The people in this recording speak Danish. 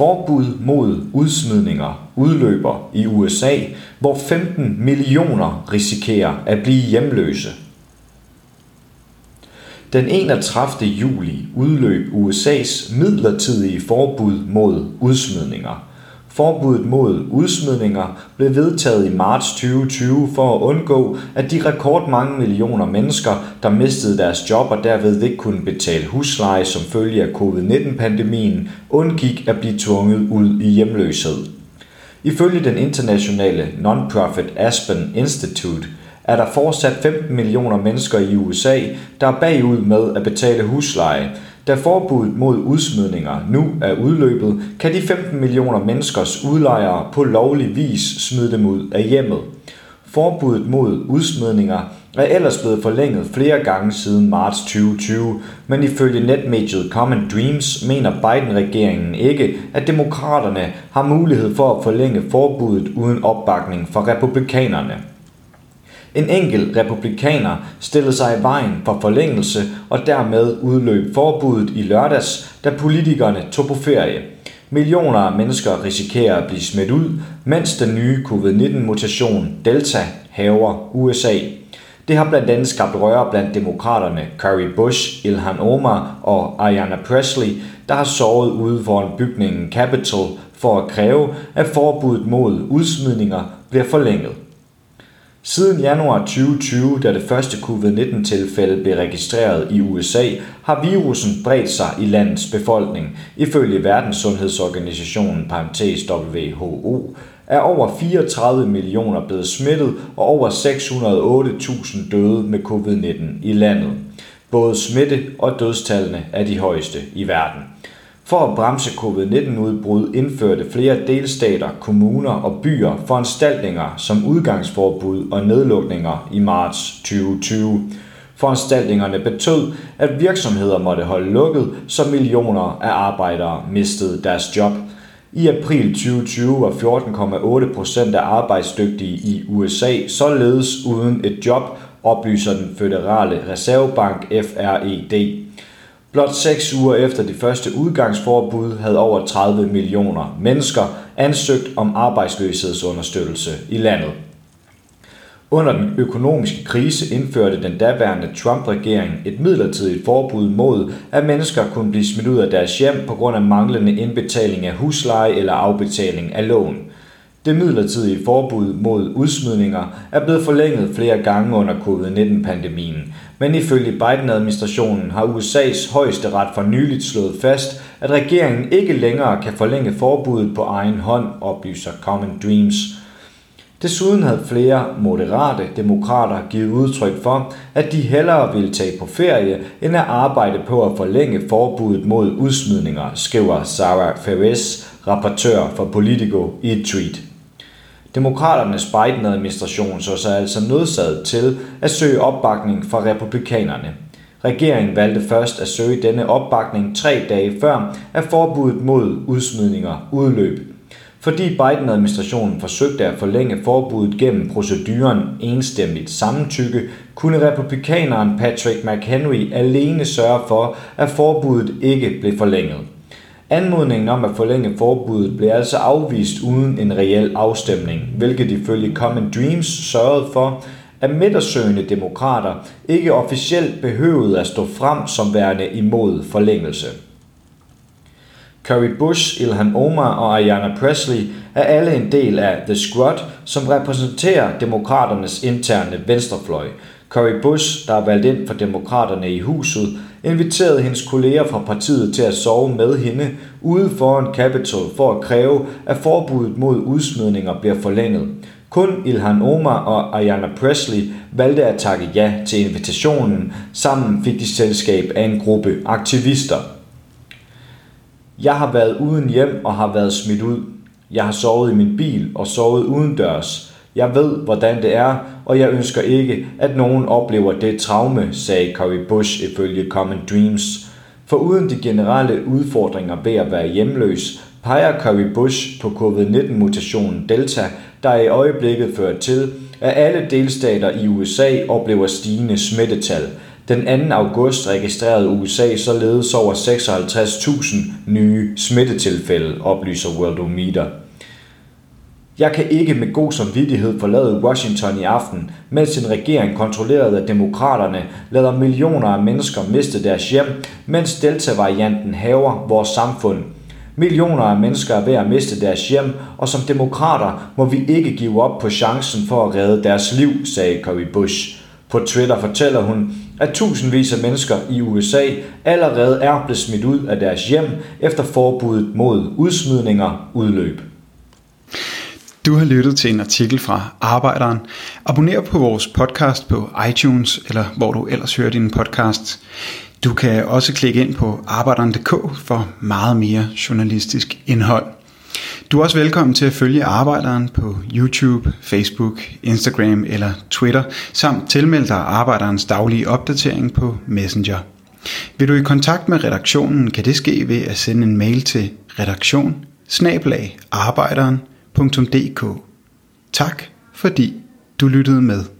Forbud mod udsmidninger udløber i USA, hvor 15 millioner risikerer at blive hjemløse. Den 31. juli udløb USA's midlertidige forbud mod udsmidninger. Forbuddet mod udsmidninger blev vedtaget i marts 2020 for at undgå, at de rekordmange millioner mennesker, der mistede deres job og derved ikke kunne betale husleje som følge af covid-19-pandemien, undgik at blive tvunget ud i hjemløshed. Ifølge den internationale non-profit Aspen Institute er der fortsat 15 millioner mennesker i USA, der er bagud med at betale husleje. Da forbuddet mod udsmidninger nu er udløbet, kan de 15 millioner menneskers udlejere på lovlig vis smide dem ud af hjemmet. Forbuddet mod udsmidninger er ellers blevet forlænget flere gange siden marts 2020, men ifølge netmediet Common Dreams mener Biden-regeringen ikke, at demokraterne har mulighed for at forlænge forbuddet uden opbakning fra republikanerne. En enkelt republikaner stillede sig i vejen for forlængelse og dermed udløb forbuddet i lørdags, da politikerne tog på ferie. Millioner af mennesker risikerer at blive smidt ud, mens den nye covid-19-mutation Delta hærger USA. Det har blandt andet skabt røre blandt demokraterne Cori Bush, Ilhan Omar og Ayanna Pressley, der har sovet ude foran bygningen Capitol for at kræve, at forbuddet mod udsmidninger bliver forlænget. Siden januar 2020, da det første covid-19-tilfælde blev registreret i USA, har virussen bredt sig i landets befolkning. Ifølge Verdenssundhedsorganisationen (WHO) er over 34 millioner blevet smittet og over 608.000 døde med covid-19 i landet. Både smitte- og dødstallene er de højeste i verden. For at bremse covid-19-udbrud indførte flere delstater, kommuner og byer foranstaltninger som udgangsforbud og nedlukninger i marts 2020. Foranstaltningerne betød, at virksomheder måtte holde lukket, så millioner af arbejdere mistede deres job. I april 2020 var 14,8% af arbejdsdygtige i USA således uden et job, oplyser den føderale reservebank FRED. Blot 6 uger efter det første udgangsforbud havde over 30 millioner mennesker ansøgt om arbejdsløshedsunderstøttelse i landet. Under den økonomiske krise indførte den daværende Trump-regering et midlertidigt forbud mod, at mennesker kunne blive smidt ud af deres hjem på grund af manglende indbetaling af husleje eller afbetaling af lån. Det midlertidige forbud mod udsmidninger er blevet forlænget flere gange under covid-19-pandemien, men ifølge Biden-administrationen har USA's højesteret for nyligt slået fast, at regeringen ikke længere kan forlænge forbuddet på egen hånd, oplyser Common Dreams. Desuden havde flere moderate demokrater givet udtryk for, at de hellere ville tage på ferie, end at arbejde på at forlænge forbuddet mod udsmidninger, skriver Sarah Perez, rapportør for Politico, i et tweet. Demokraternes Biden-administration så sig altså nødsaget til at søge opbakning fra republikanerne. Regeringen valgte først at søge denne opbakning 3 dage før, at forbuddet mod udsmidninger udløb. Fordi Biden-administrationen forsøgte at forlænge forbuddet gennem proceduren enstemmigt samtykke, kunne republikaneren Patrick McHenry alene sørge for, at forbuddet ikke blev forlænget. Anmodningen om at forlænge forbuddet blev altså afvist uden en reel afstemning, hvilket ifølge Common Dreams sørgede for, at midtersøgende demokrater ikke officielt behøvede at stå frem som værende imod forlængelse. Cori Bush, Ilhan Omar og Ayanna Pressley er alle en del af The Squad, som repræsenterer demokraternes interne venstrefløj. Cori Bush, der er valgt ind for demokraterne i huset, inviterede hendes kolleger fra partiet til at sove med hende ude foran Capitol for at kræve, at forbuddet mod udsmidninger bliver forlænget. Kun Ilhan Omar og Ayanna Pressley valgte at takke ja til invitationen. Sammen fik de selskab af en gruppe aktivister. Jeg har været uden hjem og har været smidt ud. Jeg har sovet i min bil og sovet udendørs. Jeg ved, hvordan det er, og jeg ønsker ikke, at nogen oplever det traume, sagde Cori Bush ifølge Common Dreams. For uden de generelle udfordringer ved at være hjemløs, peger Cori Bush på covid-19-mutationen Delta, der i øjeblikket fører til, at alle delstater i USA oplever stigende smittetal. Den 2. august registrerede USA således over 56.000 nye smittetilfælde, oplyser Worldometer. Jeg kan ikke med god samvittighed forlade Washington i aften, mens en regering kontrolleret af demokraterne lader millioner af mennesker miste deres hjem, mens Delta-varianten hærger vores samfund. Millioner af mennesker er ved at miste deres hjem, og som demokrater må vi ikke give op på chancen for at redde deres liv, sagde Cori Bush. På Twitter fortæller hun, at tusindvis af mennesker i USA allerede er blevet smidt ud af deres hjem, efter forbuddet mod udsmidninger udløb. Du har lyttet til en artikel fra Arbejderen. Abonner på vores podcast på iTunes, eller hvor du ellers hører dine podcasts. Du kan også klikke ind på arbejderen.dk for meget mere journalistisk indhold. Du er også velkommen til at følge Arbejderen på YouTube, Facebook, Instagram eller Twitter, samt tilmelde dig Arbejderens daglige opdatering på Messenger. Vil du i kontakt med redaktionen, kan det ske ved at sende en mail til redaktion@arbejderen.dk. Tak fordi du lyttede med.